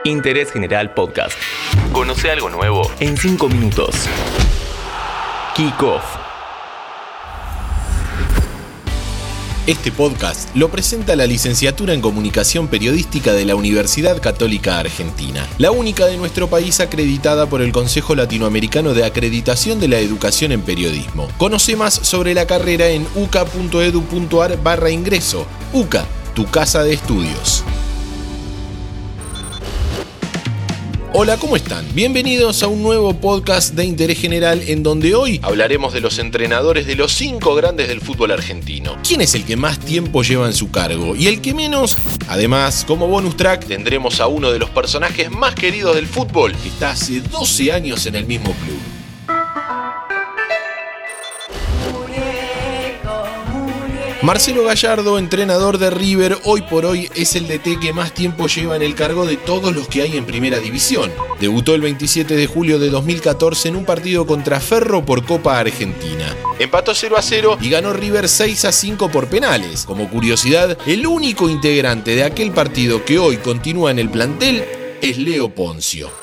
Interés General Podcast. Conoce algo nuevo en 5 minutos. Kick Off. Este podcast lo presenta la Licenciatura en Comunicación Periodística de la Universidad Católica Argentina, la única de nuestro país acreditada por el Consejo Latinoamericano de Acreditación de la Educación en Periodismo. Conoce más sobre la carrera en uca.edu.ar/ingreso. UCA, tu casa de estudios. Hola, ¿cómo están? Bienvenidos a un nuevo podcast de interés general en donde hoy hablaremos de los entrenadores de los 5 grandes del fútbol argentino. ¿Quién es el que más tiempo lleva en su cargo y el que menos? Además, como bonus track, tendremos a uno de los personajes más queridos del fútbol que está hace 12 años en el mismo club. Marcelo Gallardo, entrenador de River, hoy por hoy es el DT que más tiempo lleva en el cargo de todos los que hay en Primera División. Debutó el 27 de julio de 2014 en un partido contra Ferro por Copa Argentina. Empató 0-0 y ganó River 6-5 por penales. Como curiosidad, el único integrante de aquel partido que hoy continúa en el plantel es Leo Poncio.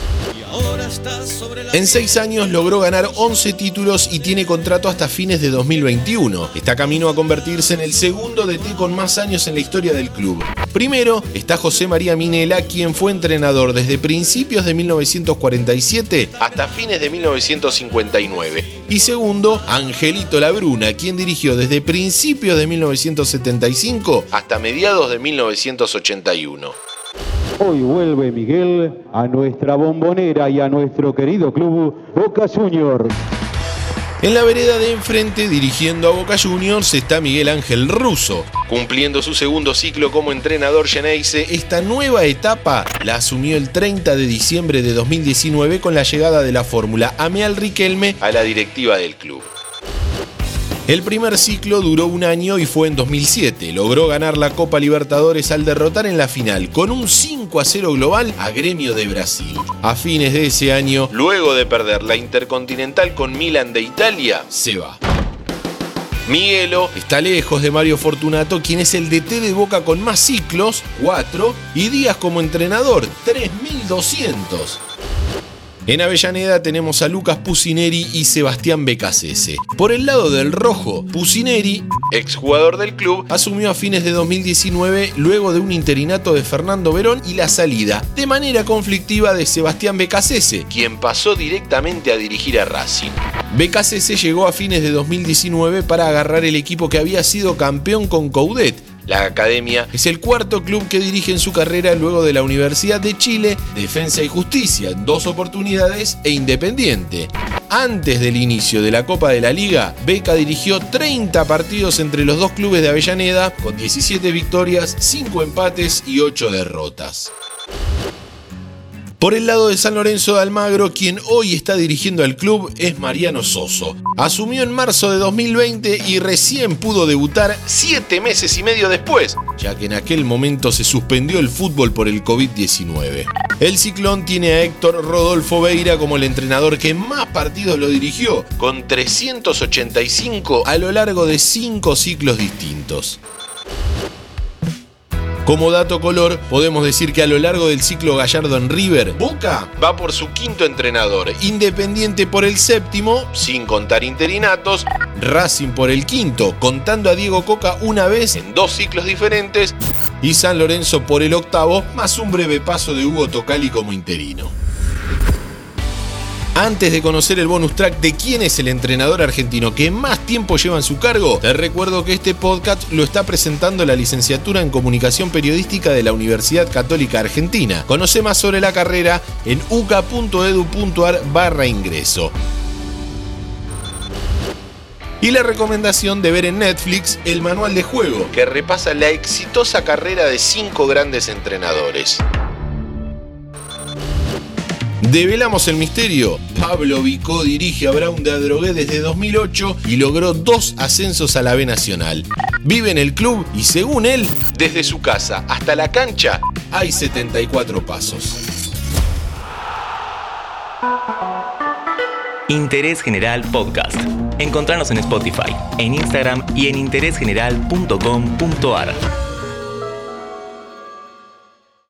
En 6 años logró ganar 11 títulos y tiene contrato hasta fines de 2021. Está camino a convertirse en el segundo DT con más años en la historia del club. Primero está José María Minella, quien fue entrenador desde principios de 1947 hasta fines de 1959. Y segundo, Angelito Labruna, quien dirigió desde principios de 1975 hasta mediados de 1981. Hoy vuelve Miguel a nuestra Bombonera y a nuestro querido club Boca Juniors. En la vereda de enfrente, dirigiendo a Boca Juniors, está Miguel Ángel Russo. Cumpliendo su segundo ciclo como entrenador Xeneize, esta nueva etapa la asumió el 30 de diciembre de 2019 con la llegada de la fórmula Ameal Riquelme a la directiva del club. El primer ciclo duró 1 año y fue en 2007. Logró ganar la Copa Libertadores al derrotar en la final con un 5-0 global a Gremio de Brasil. A fines de ese año, luego de perder la Intercontinental con Milan de Italia, se va. Miguelo está lejos de Mario Fortunato, quien es el DT de Boca con más ciclos, 4, y días como entrenador, 3.200. En Avellaneda tenemos a Lucas Pusineri y Sebastián Beccacece. Por el lado del rojo, Pusineri, exjugador del club, asumió a fines de 2019 luego de un interinato de Fernando Verón y la salida, de manera conflictiva, de Sebastián Beccacece, quien pasó directamente a dirigir a Racing. Beccacece llegó a fines de 2019 para agarrar el equipo que había sido campeón con Coudet. La Academia es el 4º club que dirige en su carrera luego de la Universidad de Chile, Defensa y Justicia en 2 oportunidades e Independiente. Antes del inicio de la Copa de la Liga, Becca dirigió 30 partidos entre los 2 clubes de Avellaneda, con 17 victorias, 5 empates y 8 derrotas. Por el lado de San Lorenzo de Almagro, quien hoy está dirigiendo al club es Mariano Soso. Asumió en marzo de 2020 y recién pudo debutar 7 meses y medio después, ya que en aquel momento se suspendió el fútbol por el COVID-19. El Ciclón tiene a Héctor Rodolfo Beira como el entrenador que más partidos lo dirigió, con 385 a lo largo de 5 ciclos distintos. Como dato color, podemos decir que a lo largo del ciclo Gallardo en River, Boca va por su 5º entrenador, Independiente por el 7º, sin contar interinatos, Racing por el 5º, contando a Diego Coca una vez en 2 ciclos diferentes, y San Lorenzo por el 8º, más un breve paso de Hugo Tocali como interino. Antes de conocer el bonus track de quién es el entrenador argentino que más tiempo lleva en su cargo, te recuerdo que este podcast lo está presentando la Licenciatura en Comunicación Periodística de la Universidad Católica Argentina. Conoce más sobre la carrera en uca.edu.ar/ingreso. Y la recomendación de ver en Netflix el manual de juego, que repasa la exitosa carrera de 5 grandes entrenadores. Develamos el misterio. Pablo Vicó dirige a Brown de Adrogué desde 2008 y logró 2 ascensos a la B Nacional. Vive en el club y, según él, desde su casa hasta la cancha hay 74 pasos. Interés General Podcast. Encontranos en Spotify, en Instagram y en interésgeneral.com.ar.